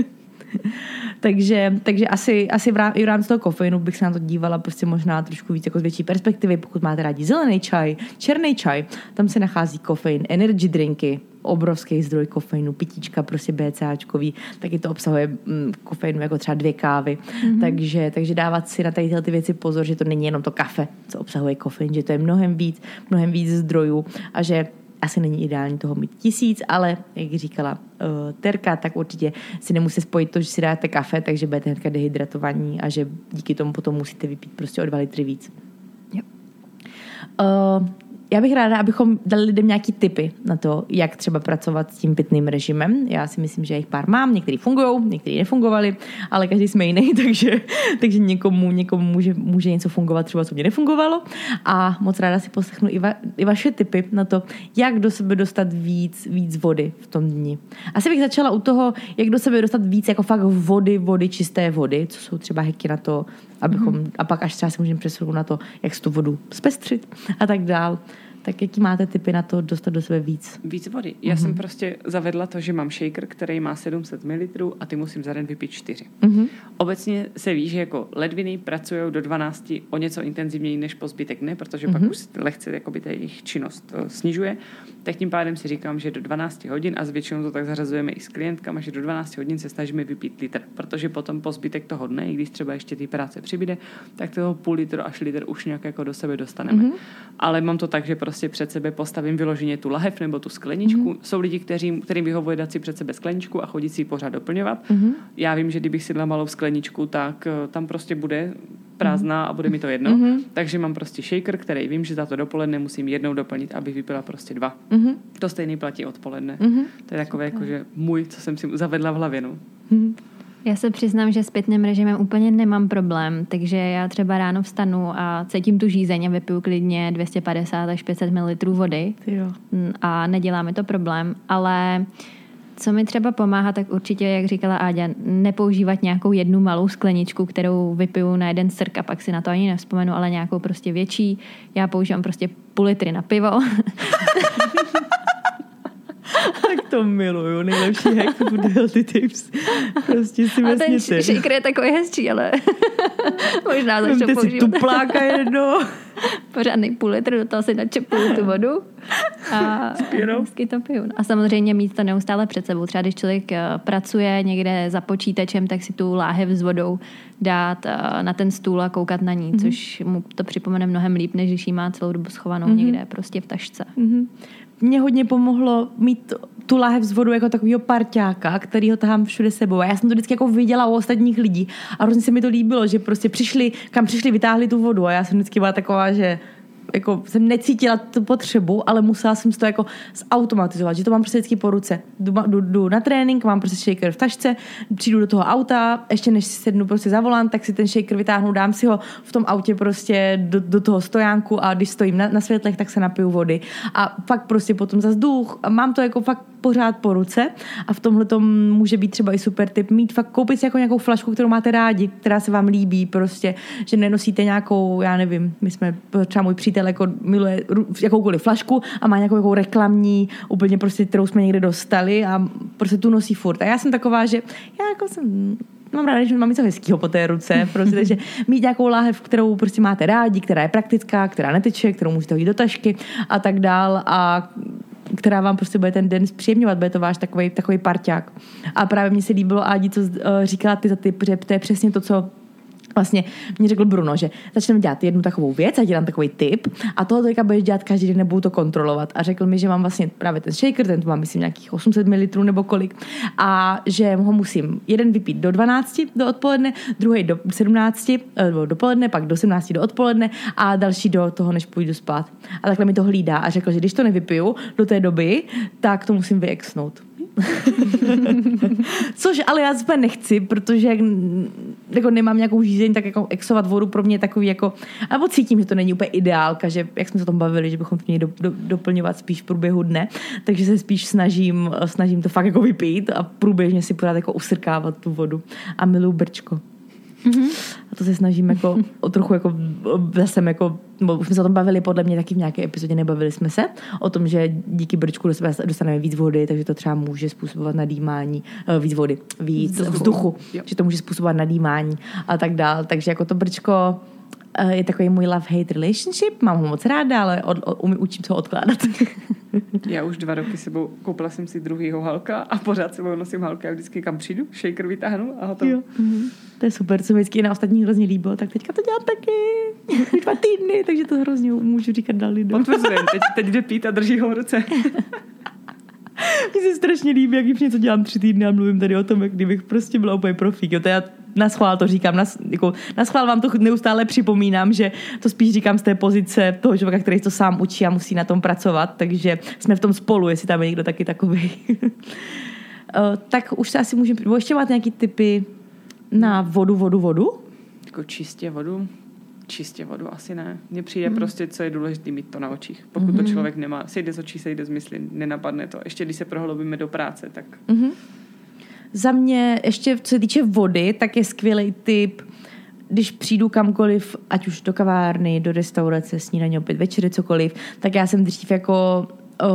Takže asi i v rámci toho kofeinu bych se na to dívala prostě možná trošku víc jako z větší perspektivy, pokud máte rádi zelený čaj, černý čaj, tam se nachází kofein, energy drinky, obrovský zdroj kofeinu, pitíčka prostě BCAčkový, taky to obsahuje kofeinu jako třeba 2 kávy, takže dávat si na tady ty věci pozor, že to není jenom to kafe, co obsahuje kofein, že to je mnohem víc zdrojů a že asi není ideální toho mít 1000, ale jak říkala Terka, tak určitě si nemusí spojit to, že si dáte kafe, takže budete hnedka dehydratovaní a že díky tomu potom musíte vypít prostě o 2 litry víc.
Jo.
Já bych ráda, abychom dali lidem nějaký tipy na to, jak třeba pracovat s tím pitným režimem. Já si myslím, že jich pár mám, některý fungujou, některý nefungovali, ale každý jsme jiný, takže někomu může něco fungovat, třeba co mě nefungovalo. A moc ráda si poslechnu i vaše tipy na to, jak do sebe dostat víc vody v tom dni. Asi bych začala u toho, jak do sebe dostat víc jako fakt vody, čisté vody, co jsou třeba hacky na to, abychom, a pak až třeba se můžeme přesunout na to, jak si tu vodu zpestřit a tak dál. Tak jaký máte tipy na to dostat do sebe víc?
Víc vody. Já jsem prostě zavedla to, že mám shaker, který má 700 ml a ty musím za den vypít 4. Obecně se ví, že jako ledviny pracují do 12 o něco intenzivněji než po zbytek dne, protože pak už lehce jakoby ta jejich činnost snižuje. Tak tím pádem si říkám, že do 12 hodin, a zvětšinou to tak zařazujeme i s klientkama, že do 12 hodin se snažíme vypít litr, protože potom po zbytek toho dne, i když třeba ještě ty práce přibyde, tak toho půl litru až litr už nějak jako do sebe dostaneme. Ale mám to tak, že prostě před sebe postavím vyloženě tu lahev nebo tu skleničku. Jsou lidi, kterým vyhovuje dát si před sebe skleničku a chodit si ji pořád doplňovat. Já vím, že kdybych si dala malou skleničku, tak tam prostě bude prázdná a bude mi to jedno. Takže mám prostě shaker, který vím, že za to dopoledne musím jednou doplnit, aby vypila prostě 2. To stejný platí odpoledne. To je takové jakože můj, co jsem si zavedla v hlavě. No.
Já se přiznám, že s pitným režimem úplně nemám problém, takže já třeba ráno vstanu a cítím tu žízeň a vypiju klidně 250 až 500 ml vody a nedělá mi to problém, ale co mi třeba pomáhá, tak určitě, jak říkala Áďa, nepoužívat nějakou jednu malou skleničku, kterou vypiju na jeden srk a pak si na to ani nevzpomenu, ale nějakou prostě větší. Já používám prostě půl litry na pivo.
Tak to miluju, nejlepší hack food healthy tips. Prostě si vezměte.
A ten shaker je takový hezčí, ale možná začnu používat.
Si tupláka jedno.
Pořádný půl litru, do toho si načepuju tu vodu a hezky to piju. A samozřejmě mít to neustále před sebou. Třeba když člověk pracuje někde za počítačem, tak si tu láhev s vodou dát na ten stůl a koukat na ní, což mu to připomene mnohem líp, než když ji má celou dobu schovanou někde prostě v tašce.
Mně hodně pomohlo mít tu láhev s vodou jako takovýho parťáka, který ho tahám všude sebou. A já jsem to vždycky jako viděla u ostatních lidí a hrozně se mi to líbilo, že prostě přišli, vytáhli tu vodu a já jsem vždycky byla taková, že jako jsem necítila tu potřebu, ale musela jsem si to jako zautomatizovat, že to mám prostě vždycky po ruce. Jdu na trénink, mám prostě shaker v tašce, přijdu do toho auta, ještě než si sednu prostě za volant, tak si ten shaker vytáhnu, dám si ho v tom autě prostě do toho stojánku a když stojím na světlech, tak se napiju vody. A fakt prostě potom zas jdu a mám to jako fakt pořád po ruce a v tomhle tom může být třeba i super tip mít fakt koupit si jako nějakou flašku, kterou máte rádi, která se vám líbí prostě, že nenosíte nějakou, já nevím, my jsme třeba můj přítel jako miluje jakoukoliv flašku a má nějakou jako reklamní, úplně prostě, kterou jsme někde dostali a prostě tu nosí furt. A já jsem taková, že já jako mám ráda, že mám něco hezkýho po té ruce, prostě, takže mít nějakou láhev, kterou prostě máte rádi, která je praktická, která neteče, kterou můžete hodit do tašky a tak dál a která vám prostě bude ten den zpříjemňovat, bude to váš takový parťák. A právě mně se líbilo, Ádi, co říkala ty za tip, že to je přesně to, co vlastně mě řekl Bruno, že začneme dělat jednu takovou věc a dělám takový tip a toho teďka budeš dělat každý den, nebudu to kontrolovat. A řekl mi, že mám vlastně právě ten shaker, ten tu mám myslím nějakých 800 ml nebo kolik a že ho musím jeden vypít do 12 do odpoledne, druhý do 17 do dopoledne, pak do 17 do odpoledne a další do toho, než půjdu spát. A takhle mi to hlídá a řekl, že když to nevypiju do té doby, tak to musím vyexnout. Což ale já úplně nechci, protože jako nemám nějakou žízeň, tak jako exovat vodu pro mě je takový jako, nebo cítím, že to není úplně ideálka, že jak jsme se o tom bavili, že bychom to měli doplňovat spíš v průběhu dne, takže se spíš snažím to fakt jako vypít a průběžně si pořád jako usrkávat tu vodu a miluju brčko. A to se snažím jako trochu jako zase jako, už jsme se o tom bavili podle mě taky v nějaké epizodě, nebavili jsme se o tom, že díky brčku do sebe dostaneme víc vody, takže to třeba může způsobovat nadýmání, víc vody, víc vzduchu, že to může způsobovat nadýmání a tak dál, takže jako to brčko je takový můj love-hate relationship, mám ho moc ráda, ale učím se ho odkládat.
Já už 2 roky sebou koupila jsem si druhýho Halka a pořád sebou nosím Halka a vždycky kam přijdu, shaker vytáhnu a hotovo.
To je super, co mi vždycky na ostatních hrozně líbilo, tak teďka to dělám taky 2 týdny, takže to hrozně můžu říkat dál lidem.
Potvrzujem, teď jde pít a drží ho v ruce.
Mně se strašně líbí, jak když něco dělám 3 týdny a mluvím tady o tom, jak kdybych prostě byla úplně profík. Jo, to já naschvál to říkám, naschvál vám to neustále připomínám, že to spíš říkám z té pozice toho člověka, který to sám učí a musí na tom pracovat, takže jsme v tom spolu, jestli tam je někdo taky takovej. Tak už se asi můžeme, ještě máte nějaký tipy na vodu?
Jako čistě vodu asi ne. Mně přijde prostě, co je důležité mít to na očích. Pokud to člověk nemá, sejde z očí, sejde z mysli, nenapadne to. Ještě když se prohloubíme do práce, tak...
Za mě ještě, co se týče vody, tak je skvělý tip když přijdu kamkoliv, ať už do kavárny, do restaurace, snídaně, opět večery, cokoliv, tak já jsem dřív jako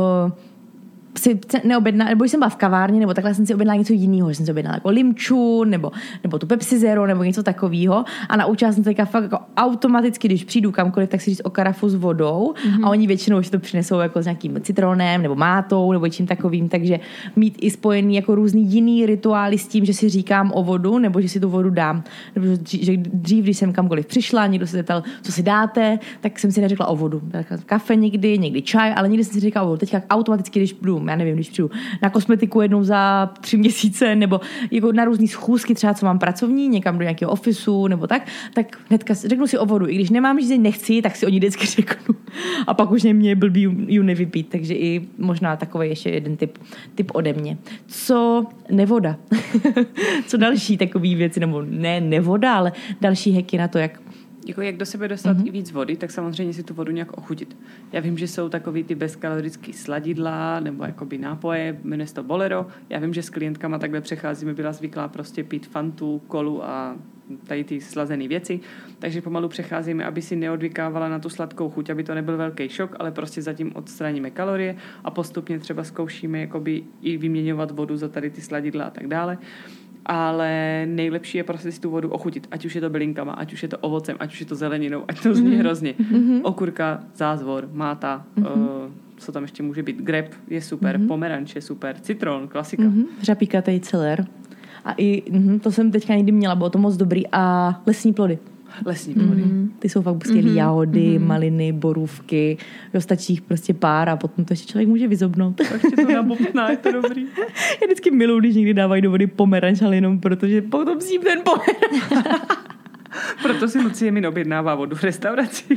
si neobjednala, nebo když jsem byla v kavárně, nebo takhle jsem si objednala něco jiného, že jsem si objednala jako limču, nebo tu Pepsi Zero, nebo něco takového a naučila jsem se teďka fakt jako automaticky, když přijdu kamkoliv, tak si říct o karafu s vodou a oni většinou už to přinesou jako s nějakým citronem, nebo mátou, nebo čím takovým, takže mít i spojený jako různý jiný rituály s tím, že si říkám o vodu, nebo že si tu vodu dám. Nebo že dřív, když jsem kamkoliv přišla, někdo se zeptal, co si dáte, tak jsem si neřekla o vodu. Kafe někdy čaj, ale nikdy jsem si říkala o vodu. Teďka automaticky, když budu, já nevím, když přijdu na kosmetiku jednou za 3 měsíce, nebo jako na různý schůzky, třeba co mám pracovní, někam do nějakého ofisu, nebo tak hnedka řeknu si o vodu. I když nemám žízeň, nechci, tak si o ní vždycky řeknu. A pak už mě blbý ju nevypít, takže i možná takový ještě jeden tip ode mě. Co nevoda? Co další takový věci, nebo ne nevoda, ale další heky na to,
jak do sebe dostat i víc vody, tak samozřejmě si tu vodu nějak ochutit. Já vím, že jsou takový ty bezkalorický sladidla nebo jakoby nápoje, jmenuje se to Bolero. Já vím, že s klientkama takhle přecházíme, byla zvyklá prostě pít Fantu, kolu a tady ty slazené věci. Takže pomalu přecházíme, aby si neodvykávala na tu sladkou chuť, aby to nebyl velký šok, ale prostě zatím odstraníme kalorie a postupně třeba zkoušíme jakoby i vyměňovat vodu za tady ty sladidla a tak dále. Ale nejlepší je prostě si tu vodu ochutit, ať už je to bylinkama, ať už je to ovocem, ať už je to zeleninou, ať to zní hrozně. Okurka, zázvor, máta, co tam ještě může být, grep je super, pomeranč je super, citron, klasika.
Řapíkatej celer. A i to jsem teďka někdy měla, bylo to moc dobrý. A lesní plody.
Lesní plody.
Ty jsou fakt skvělý, jahody, maliny, borůvky, stačí jich prostě pár a potom to ještě člověk může vyzobnout.
Takže to nabobtná, je to dobrý.
Já vždycky miluji, když někdy dávají do vody pomeranč, ale jenom protože potom sním ten pomeranč.
Proto si Lucie mi objednává vodu v restauraci.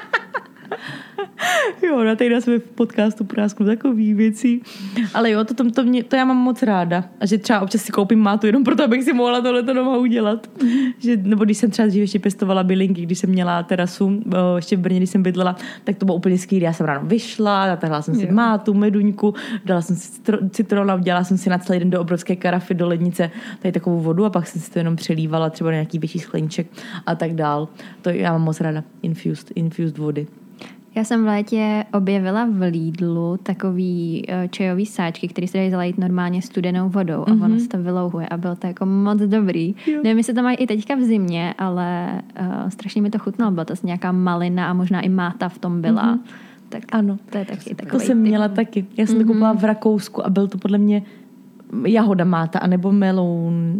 Jo, na týden jsme v podcastu prásknu takový věcí. Ale jo, to já mám moc ráda. A že třeba občas si koupím mátu jenom proto, abych si mohla tohleto doma udělat. Nebo když jsem třeba dřív ještě pěstovala bylinky, když jsem měla terasu, ještě v Brně, když jsem bydlela, tak to bylo úplně skvělé. Já jsem ráno vyšla, natahla jsem si mátu, meduňku, dala jsem si citron a udělala jsem si na celý den do obrovské karafy, do lednice tady takovou vodu a pak jsem si to jenom přelívala třeba do nějaký větší skleníček a tak dál. To já mám moc ráda. Infused vody.
Já jsem v létě objevila v Lidlu takový čajový sáčky, který se dají zalejt normálně studenou vodou a ono se to vylouhuje a bylo to jako moc dobrý. Jo. Nevím, jestli to mají i teďka v zimě, ale strašně mi to chutnalo. Byla to nějaká malina a možná i máta v tom byla. Tak
ano,
to je taky takový.
To jsem měla taky. Já jsem to koupila v Rakousku a byl to podle mě jahoda máta anebo meloun.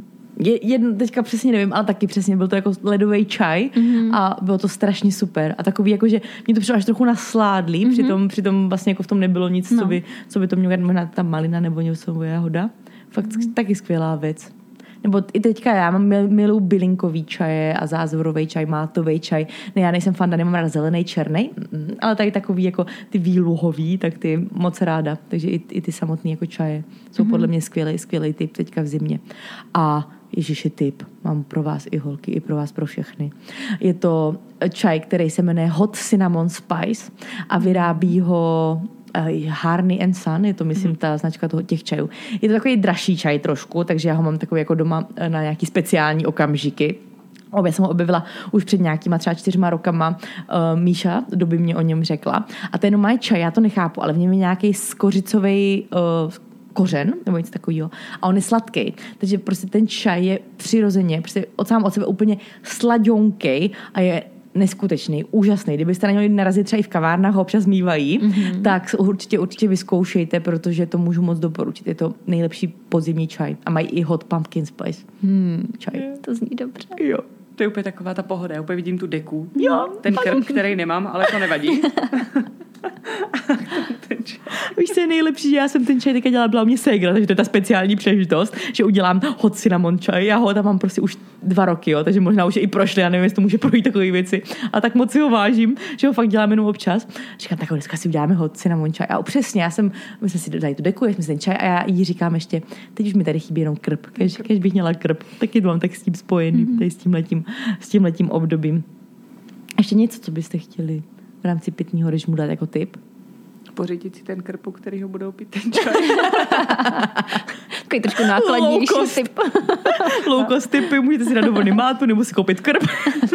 Teďka přesně nevím, ale taky přesně byl to jako ledový čaj a bylo to strašně super. A takový jako, že mě to přišlo až trochu nasládlý, přitom vlastně jako v tom nebylo nic, co by to mělo, možná ta malina nebo něco jahoda. Fakt taky skvělá věc. Nebo i teďka já miluji bylinkový čaje a zázvorový čaj, mátový čaj. Ne, já nejsem fanda, nemám ráda zelený, černý, ale tady takový jako ty výluhový, tak ty moc ráda. Takže i ty samotný jako čaje jsou podle mě skvělý tip teďka v zimě. A ježiši tip, mám pro vás i holky, i pro vás pro všechny. Je to čaj, který se jmenuje Hot Cinnamon Spice a vyrábí ho Harney & Son, je to myslím ta značka těch čajů. Je to takový dražší čaj trošku, takže já ho mám takový jako doma na nějaký speciální okamžiky. Já jsem ho objevila už před nějakýma třeba 4 rokama. Míša doby mě o něm řekla. A to je jenom čaj, já to nechápu, ale v něm je nějaký skořicový kořen, nebo něco takového. A on je sladký. Takže prostě ten čaj je přirozeně, prostě sám od sebe úplně sladionkej a je neskutečný, úžasný. Kdybyste na něj narazili třeba i v kavárnách, ho občas mývají, tak určitě vyzkoušejte, protože to můžu moc doporučit. Je to nejlepší podzimní čaj. A mají i hot pumpkin spice čaj.
To zní dobře.
Jo.
To je úplně taková ta pohoda. Já úplně vidím tu deku.
Jo.
Ten krb, který nemám, ale to nevadí.
Víš, co je nejlepší, že já jsem ten čaj teďka dělala, byla u mě ségra, takže to je ta speciální příležitost, že udělám hot cinnamon čaj. Já ho tam mám prostě už 2 roky, jo, takže možná už je i prošli, já nevím, jestli to může projít takové věci. A tak moc si ho vážím, že ho fakt dělám jenom občas. Říkám, tak dneska si uděláme hot cinnamon čaj. A přesně, my jsme si dali tu deku, jsme si ten čaj a já jí říkám ještě, teď už mi tady chybí jenom krb. Když bych měla krb, taky to mám tak s tím spojený, tady s tímhletím obdobím. Ještě něco, co byste chtěli v rámci pitního režimu dát jako tip?
pořídit si ten krpu, který ho budou pít ten čaj.
Takový trošku nákladnější typ.
Low cost typy, můžete si na dovolený mátu nebo si koupit krp.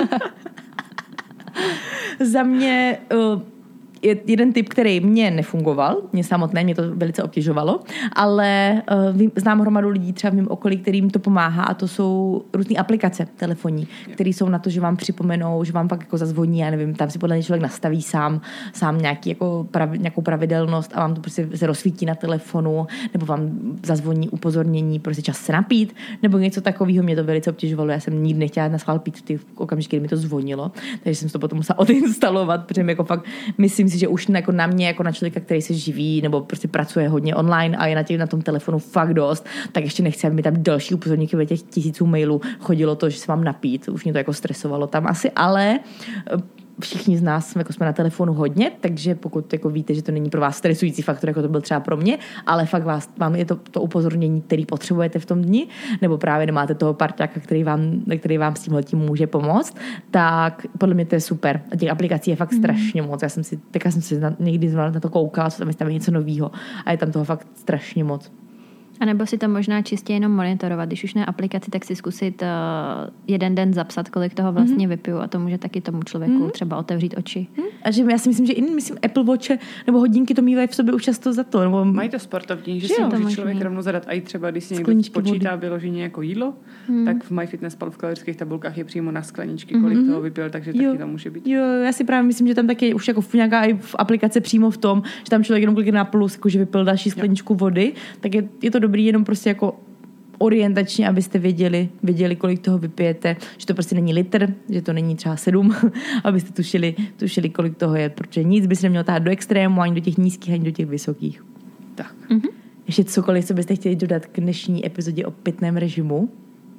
Za mě je jeden typ, který mě nefungoval, mě samotné, mě to velice obtěžovalo, ale znám hromadu lidí třeba v mém okolí, kterým to pomáhá, a to jsou různé aplikace telefonní, které jsou na to, že vám připomenou, že vám pak jako zazvoní, já nevím, tam si podle mě člověk nastaví sám nějaký jako nějakou pravidelnost a vám to prostě se rozsvítí na telefonu, nebo vám zazvoní upozornění, prostě čas se napít, nebo něco takového. Mě to velice obtěžovalo, já jsem nikdy nechtěla naschvál pít v ty okamžiky, kdy mi to zvonilo, takže jsem to potom musela odinstalovat, protože jako fakt myslím si, že už jako na mě, jako na člověka, který se živí nebo prostě pracuje hodně online a je na tom telefonu fakt dost, tak ještě nechci, aby mi tam další upozornění ve těch 1000 mailů chodilo to, že se mám napít. Už mě to jako stresovalo tam asi, ale všichni z nás jako jsme na telefonu hodně, takže pokud jako víte, že to není pro vás stresující faktor, jako to byl třeba pro mě, ale fakt vám je to upozornění, který potřebujete v tom dni, nebo právě nemáte toho parťáka, který vám s tímhletím může pomoct, tak podle mě to je super. A těch aplikací je fakt strašně moc. Já jsem si někdy na to koukala, co tam je něco novýho a je tam toho fakt strašně moc.
A nebo si to možná čistě jenom monitorovat. Když už ne aplikaci, tak si zkusit jeden den zapsat, kolik toho vlastně vypiju, a to může taky tomu člověku třeba otevřít oči. A
že já si myslím, že Apple Watche nebo hodinky to mývají v sobě už často za to. Nebo
mají to sportovní, že si může člověk rovnou zadat. A i třeba, když si někdo počítá vyloženě jako jídlo, tak v MyFitnessPal v kalorických tabulkách je přímo na skleničky, kolik toho vypil, takže taky to může být.
Jo, já si právě myslím, že tam taky už jako nějaká i v aplikace přímo v tom, že tam člověk jenom klikne na plus, jako že vypil další skleničku vody, tak je to dobrý jenom prostě jako orientačně, abyste věděli, kolik toho vypijete, že to prostě není litr, že to není třeba 7, abyste tušili, kolik toho je, protože nic by se nemělo tahat do extrému, ani do těch nízkých, ani do těch vysokých.
Tak.
Ještě cokoliv, co byste chtěli dodat k dnešní epizodě o pitném režimu?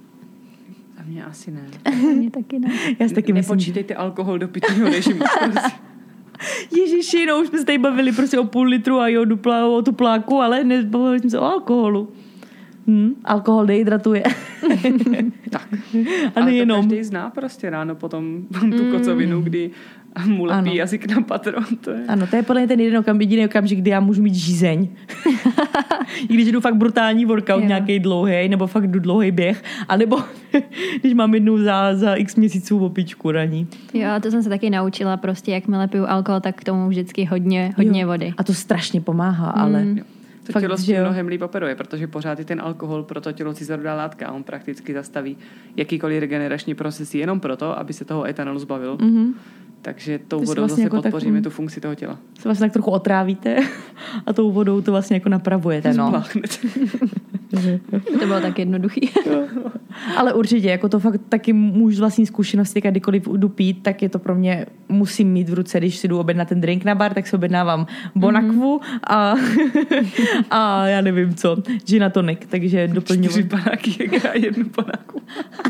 A mě asi ne.
Mě taky ne.
Já si taky
nepočítejte alkohol do pitného režimu.
Ježiši, no už jsme se tady bavili prostě o půl litru a o tupláku, ale nebavili jsme se o alkoholu. Alkohol dehydratuje.
Tak.
A nejenom.
Ale to každý zná prostě ráno potom tu kocovinu, kdy mu lepí jazyk na patron. To je.
Ano, to je podle mě ten jediný okamžik, kdy já můžu mít žízeň. I když jdu fakt brutální workout, nějaký dlouhý, nebo fakt jdu dlouhý běh, anebo když mám jednou za x měsíců opičku raní.
Jo, to jsem se taky naučila, prostě jakmile piju alkohol, tak k tomu vždycky hodně vody.
A to strašně pomáhá, ale...
To tělo s tím mnohem líp operuje, protože pořád je ten alkohol pro to tělo cizorodá látka a on prakticky zastaví jakýkoliv regenerační procesy jenom proto, aby se toho etanolu zbavil. Takže tou vodou vlastně zase jako podpoříme tu funkci toho těla.
Se vlastně tak trochu otrávíte a tou vodou to vlastně jako napravujete. No.
To bylo tak jednoduchý.
Ale určitě, jako to fakt taky můžu z vlastní zkušenosti, kdykoliv jdu pít, tak je to pro mě, musím mít v ruce, když si jdu objednat ten drink na bar, tak si objednávám bonakvu a já nevím co, gin a tonic, takže doplňuji.
4 panáky a 1 panáku.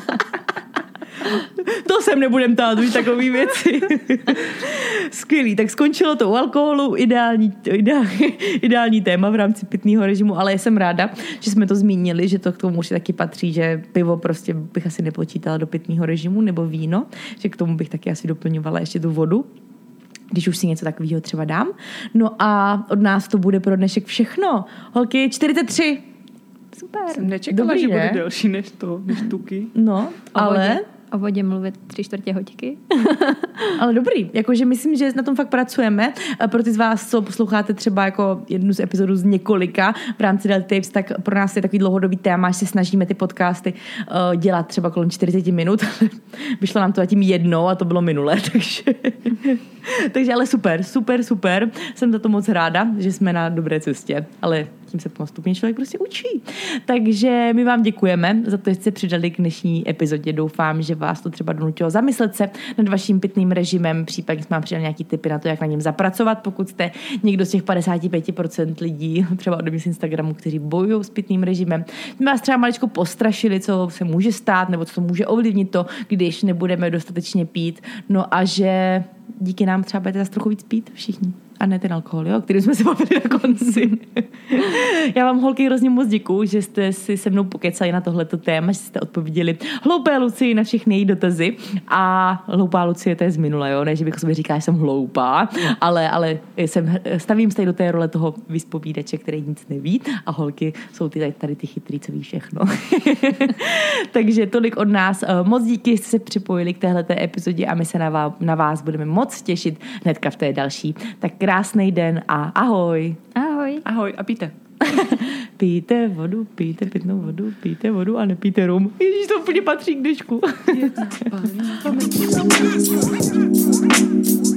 To sem nebudem tát už takový věci. Skvělý, tak skončilo to u alkoholu, ideální téma v rámci pitného režimu, ale jsem ráda, že jsme to zmínili, že to k tomu už taky patří, že pivo prostě bych asi nepočítala do pitného režimu, nebo víno, že k tomu bych taky asi doplňovala ještě tu vodu, když už si něco takového třeba dám. No a od nás to bude pro dnešek všechno. Holky, 43.
Super.
Jsem nečekala, že bude delší než tuky.
No, ale...
O vodě mluvit 3/4 hodiny.
Ale dobrý, jakože myslím, že na tom fakt pracujeme. Pro ty z vás, co posloucháte třeba jako jednu z epizodů z několika v rámci Daily Tapes, tak pro nás je takový dlouhodobý téma, že se snažíme ty podcasty dělat třeba kolem 40 minut. Vyšlo nám to zatím jednou a to bylo minule, takže ale super. Jsem za to moc ráda, že jsme na dobré cestě, ale tím se postupně člověk prostě učí. Takže my vám děkujeme za to, že jste přidali k dnešní epizodě. Doufám, že vás to třeba donutilo zamyslet se nad vaším pitným režimem, případně jsme vám přidali nějaký tipy na to, jak na něm zapracovat, pokud jste někdo z těch 55% lidí, třeba ode mě z Instagramu, kteří bojují s pitným režimem. My vás třeba maličko postrašili, co se může stát, nebo co to může ovlivnit to, když nebudeme dostatečně pít. No a že díky nám třeba budete zase trochu víc pít všichni. A ne ten alkohol, jo, který jsme se bavili na konci. Já vám, holky, hrozně moc děkuju, že jste si se mnou pokecali na tohleto téma, že jste odpověděli hloupé Lucii na všechny její dotazy. A hloupá Lucie, to je z minula, jo, ne, že bych sobě říkala, že jsem hloupá, ale stavím se do té role toho vyspovídače, který nic neví, a holky jsou tady ty chytrý, co ví všechno. Takže tolik od nás. Moc díky, že jste se připojili k téhleté epizodě a my se na vás budeme moc těšit hnedka v té další. Tak krásný den a ahoj.
Ahoj.
Ahoj a pijte.
Pijte vodu, pijte pitnou vodu, pijte vodu a nepijte rum. Ježíš, to úplně patří k dnešku.